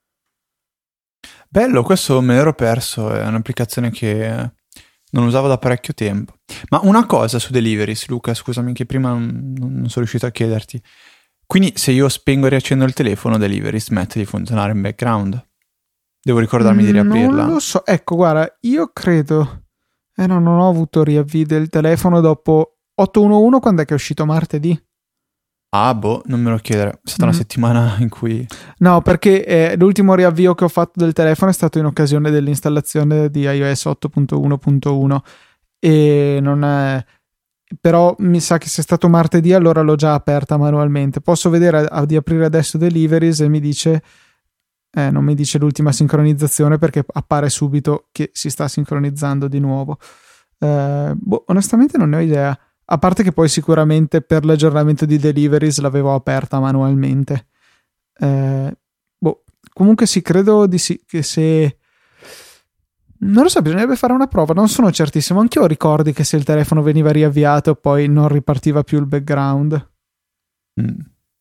Speaker 2: Bello, questo me l'ero perso, è un'applicazione che non usavo da parecchio tempo. Ma una cosa su Deliverys, Luca, scusami che prima non, non sono riuscito a chiederti. Quindi se io spengo e riaccendo il telefono, Deliverys smette di funzionare in background? Devo ricordarmi
Speaker 1: mm,
Speaker 2: di riaprirla?
Speaker 1: Non lo so, ecco guarda, io credo eh no, non ho avuto riavvii del telefono dopo otto uno uno, quando è che è uscito, martedì?
Speaker 2: Ah boh, non me lo chiedere, è stata mm. una settimana in cui...
Speaker 1: No, perché eh, l'ultimo riavvio che ho fatto del telefono è stato in occasione dell'installazione di iOS otto punto uno punto uno e non è... però mi sa che se è stato martedì allora l'ho già aperta manualmente. Posso vedere a, di aprire adesso Deliverys e mi dice eh, non mi dice l'ultima sincronizzazione perché appare subito che si sta sincronizzando di nuovo. Eh, boh, onestamente non ne ho idea, a parte che poi sicuramente per l'aggiornamento di Deliverys l'avevo aperta manualmente. Eh, boh, comunque sì, credo di sì, che se... Non lo so, bisognerebbe fare una prova, non sono certissimo. Anch'io ricordi che se il telefono veniva riavviato poi non ripartiva più il background.
Speaker 2: Mm.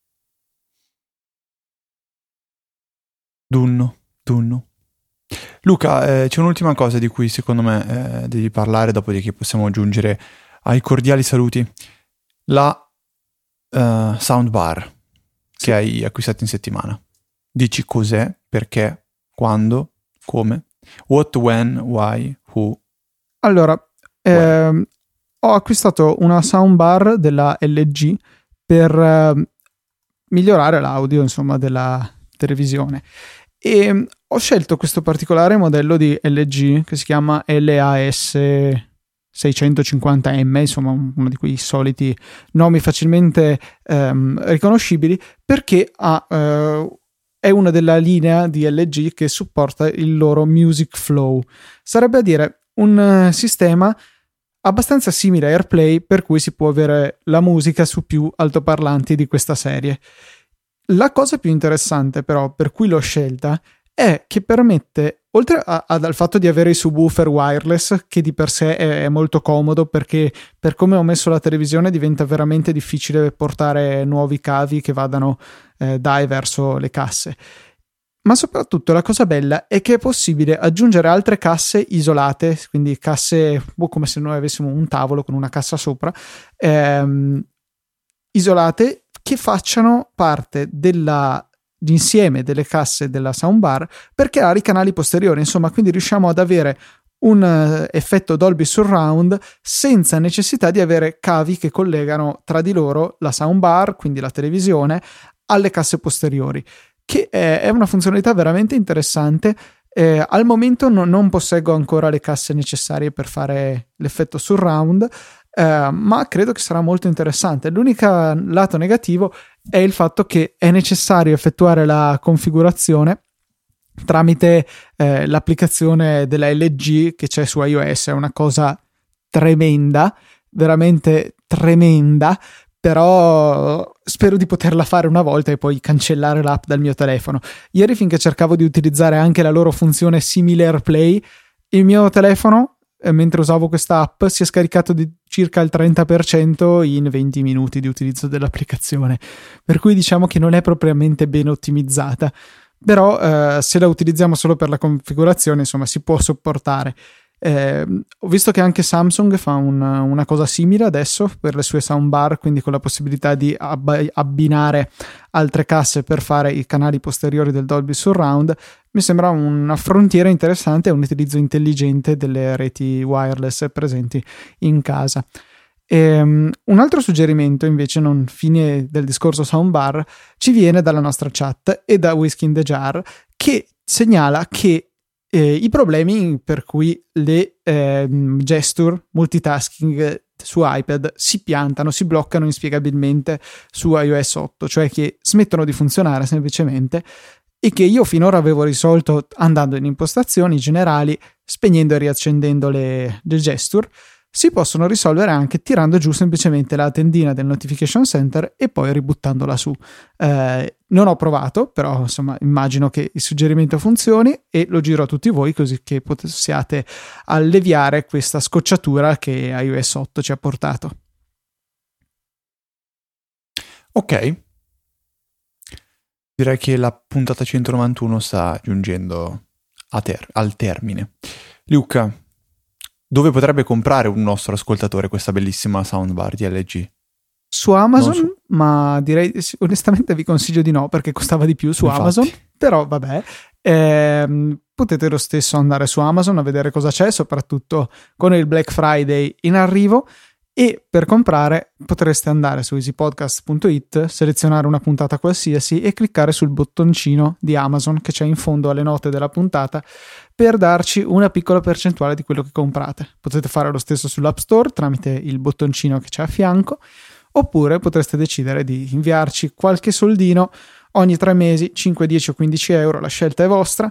Speaker 2: Dunno, dunno. Luca, eh, c'è un'ultima cosa di cui secondo me eh, devi parlare, dopodiché possiamo giungere ai cordiali saluti. La uh, soundbar sì. che hai acquistato in settimana. Dici cos'è, perché, quando, come? What, when, why, who?
Speaker 1: Allora, ehm, ho acquistato una soundbar della L G per eh, migliorare l'audio, insomma, della televisione. E ho scelto questo particolare modello di L G che si chiama L A S seicentocinquanta M, insomma uno di quei soliti nomi facilmente ehm, riconoscibili, perché ha, eh, è una della linea di L G che supporta il loro Music Flow. Sarebbe a dire un uh, sistema abbastanza simile a AirPlay, per cui si può avere la musica su più altoparlanti di questa serie. La cosa più interessante però per cui l'ho scelta è che permette, oltre a, a, al fatto di avere i subwoofer wireless, che di per sé è, è molto comodo perché per come ho messo la televisione diventa veramente difficile portare nuovi cavi che vadano eh, dai verso le casse, ma soprattutto la cosa bella è che è possibile aggiungere altre casse isolate, quindi casse oh, come se noi avessimo un tavolo con una cassa sopra, ehm, isolate, che facciano parte dell'insieme delle casse della soundbar per creare i canali posteriori. Insomma, quindi riusciamo ad avere un uh, effetto Dolby Surround senza necessità di avere cavi che collegano tra di loro la soundbar, quindi la televisione, alle casse posteriori, che è, è una funzionalità veramente interessante. Eh, al momento no, non posseggo ancora le casse necessarie per fare l'effetto surround, eh, ma credo che sarà molto interessante. L'unico lato negativo è il fatto che è necessario effettuare la configurazione tramite eh, l'applicazione della L G che c'è su iOS. È una cosa tremenda, veramente tremenda, però spero di poterla fare una volta e poi cancellare l'app dal mio telefono. Ieri, finché cercavo di utilizzare anche la loro funzione simile AirPlay, il mio telefono, eh, mentre usavo questa app, si è scaricato di circa il trenta per cento in venti minuti di utilizzo dell'applicazione, per cui diciamo che non è propriamente ben ottimizzata, però eh, se la utilizziamo solo per la configurazione, insomma, si può sopportare. Eh, ho visto che anche Samsung fa un, una cosa simile adesso per le sue soundbar, quindi con la possibilità di ab- abbinare altre casse per fare i canali posteriori del Dolby Surround. Mi sembra una frontiera interessante e un utilizzo intelligente delle reti wireless presenti in casa. E, um, un altro suggerimento invece, non fine del discorso soundbar, ci viene dalla nostra chat e da Whiskey in the Jar, che segnala che Eh, i problemi per cui le eh, gesture multitasking su iPad si piantano, si bloccano inspiegabilmente su iOS otto, cioè che smettono di funzionare semplicemente, e che io finora avevo risolto andando in impostazioni generali, spegnendo e riaccendendo le, le gesture. si possono risolvere anche tirando giù semplicemente la tendina del notification center e poi ributtandola su. Eh, non ho provato, però insomma immagino che il suggerimento funzioni e lo giro a tutti voi così che possiate alleviare questa scocciatura che iOS otto ci ha portato.
Speaker 2: Ok, direi che la puntata centonovantuno sta giungendo a ter- al termine. Luca, dove potrebbe comprare un nostro ascoltatore questa bellissima soundbar di L G?
Speaker 1: Su Amazon,
Speaker 2: su...
Speaker 1: ma direi onestamente vi consiglio di no perché costava di più su
Speaker 2: Infatti.
Speaker 1: Amazon, però vabbè, ehm, potete lo stesso andare su Amazon a vedere cosa c'è, soprattutto con il Black Friday in arrivo, e per comprare potreste andare su easypodcast punto it, selezionare una puntata qualsiasi e cliccare sul bottoncino di Amazon che c'è in fondo alle note della puntata per darci una piccola percentuale di quello che comprate. Potete fare lo stesso sull'App Store tramite il bottoncino che c'è a fianco, oppure potreste decidere di inviarci qualche soldino ogni tre mesi, cinque, dieci o quindici euro, la scelta è vostra,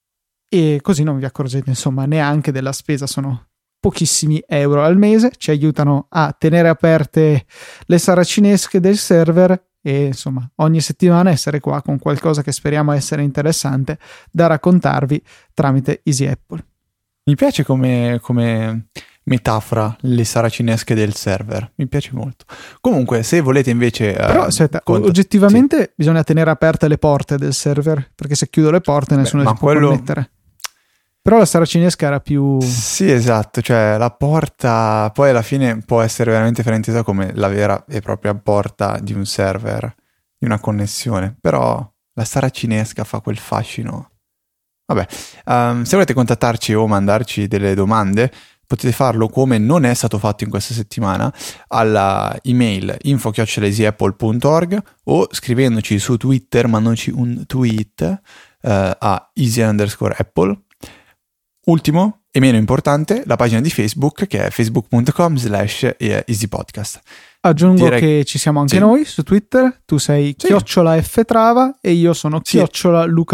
Speaker 1: e così non vi accorgete insomma neanche della spesa. Sono pochissimi euro al mese, ci aiutano a tenere aperte le saracinesche del server e insomma ogni settimana essere qua con qualcosa che speriamo essere interessante da raccontarvi tramite Easy Apple.
Speaker 2: Mi piace come, come metafora le saracinesche del server, mi piace molto. Comunque se volete invece
Speaker 1: però
Speaker 2: uh,
Speaker 1: aspetta,
Speaker 2: cont-
Speaker 1: oggettivamente sì. Bisogna tenere aperte le porte del server perché se chiudo le porte nessuno
Speaker 2: Beh,
Speaker 1: si può
Speaker 2: quello...
Speaker 1: connettere. Però la saracinesca era più...
Speaker 2: Sì, esatto, cioè la porta poi alla fine può essere veramente fraintesa come la vera e propria porta di un server, di una connessione, però la saracinesca fa quel fascino. Vabbè, um, se volete contattarci o mandarci delle domande, potete farlo come non è stato fatto in questa settimana alla email info chiocciola easy apple punto org o scrivendoci su Twitter, mandandoci un tweet uh, a easy underscore apple. Ultimo e meno importante, la pagina di Facebook che è facebook punto com slash easy podcast.
Speaker 1: Aggiungo Direi... che ci siamo anche sì. noi su Twitter, tu sei sì. chiocciola ftrava e io sono sì. chiocciola luca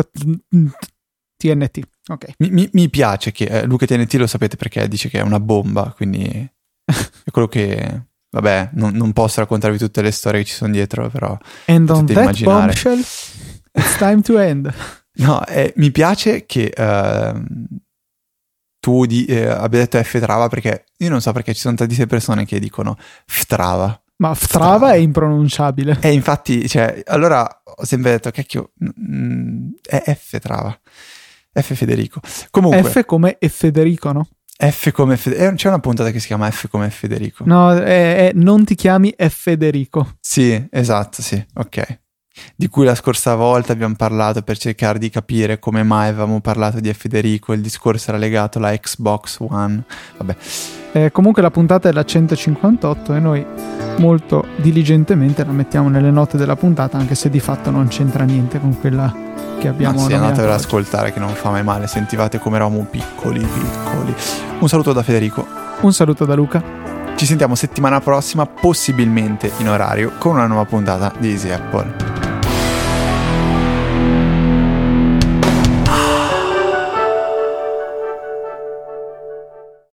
Speaker 1: T N T. Okay.
Speaker 2: Mi, mi, mi piace che eh, Luca T N T lo sapete perché dice che è una bomba, quindi è quello che... Vabbè, non, non posso raccontarvi tutte le storie che ci sono dietro, però
Speaker 1: And on that
Speaker 2: immaginare.
Speaker 1: bombshell, it's time to end.
Speaker 2: No, eh, mi piace che... Uh, tu di, eh, abbia detto F-trava perché io non so perché ci sono tantissime persone che dicono F-trava.
Speaker 1: Ma F-trava è impronunciabile.
Speaker 2: E infatti, cioè, allora ho sempre detto, cacchio, mh, è F-trava. F Federico. Comunque.
Speaker 1: F come e Federico, no?
Speaker 2: F come Federico. C'è una puntata che si chiama F come Federico.
Speaker 1: No, è, è non ti chiami F Federico.
Speaker 2: Sì, esatto, sì, ok. Di cui la scorsa volta abbiamo parlato per cercare di capire come mai avevamo parlato di Federico, il discorso era legato alla Xbox One, vabbè.
Speaker 1: Eh, comunque la puntata è la centocinquantotto e noi molto diligentemente la mettiamo nelle note della puntata, anche se di fatto non c'entra niente con quella che abbiamo
Speaker 2: Ma sì, andatevela ad
Speaker 1: oggi.
Speaker 2: ascoltare che non fa mai male, sentivate come eravamo piccoli, piccoli. Un saluto da Federico.
Speaker 1: Un saluto da Luca.
Speaker 2: Ci sentiamo settimana prossima, possibilmente in orario, con una nuova puntata di Easy Apple.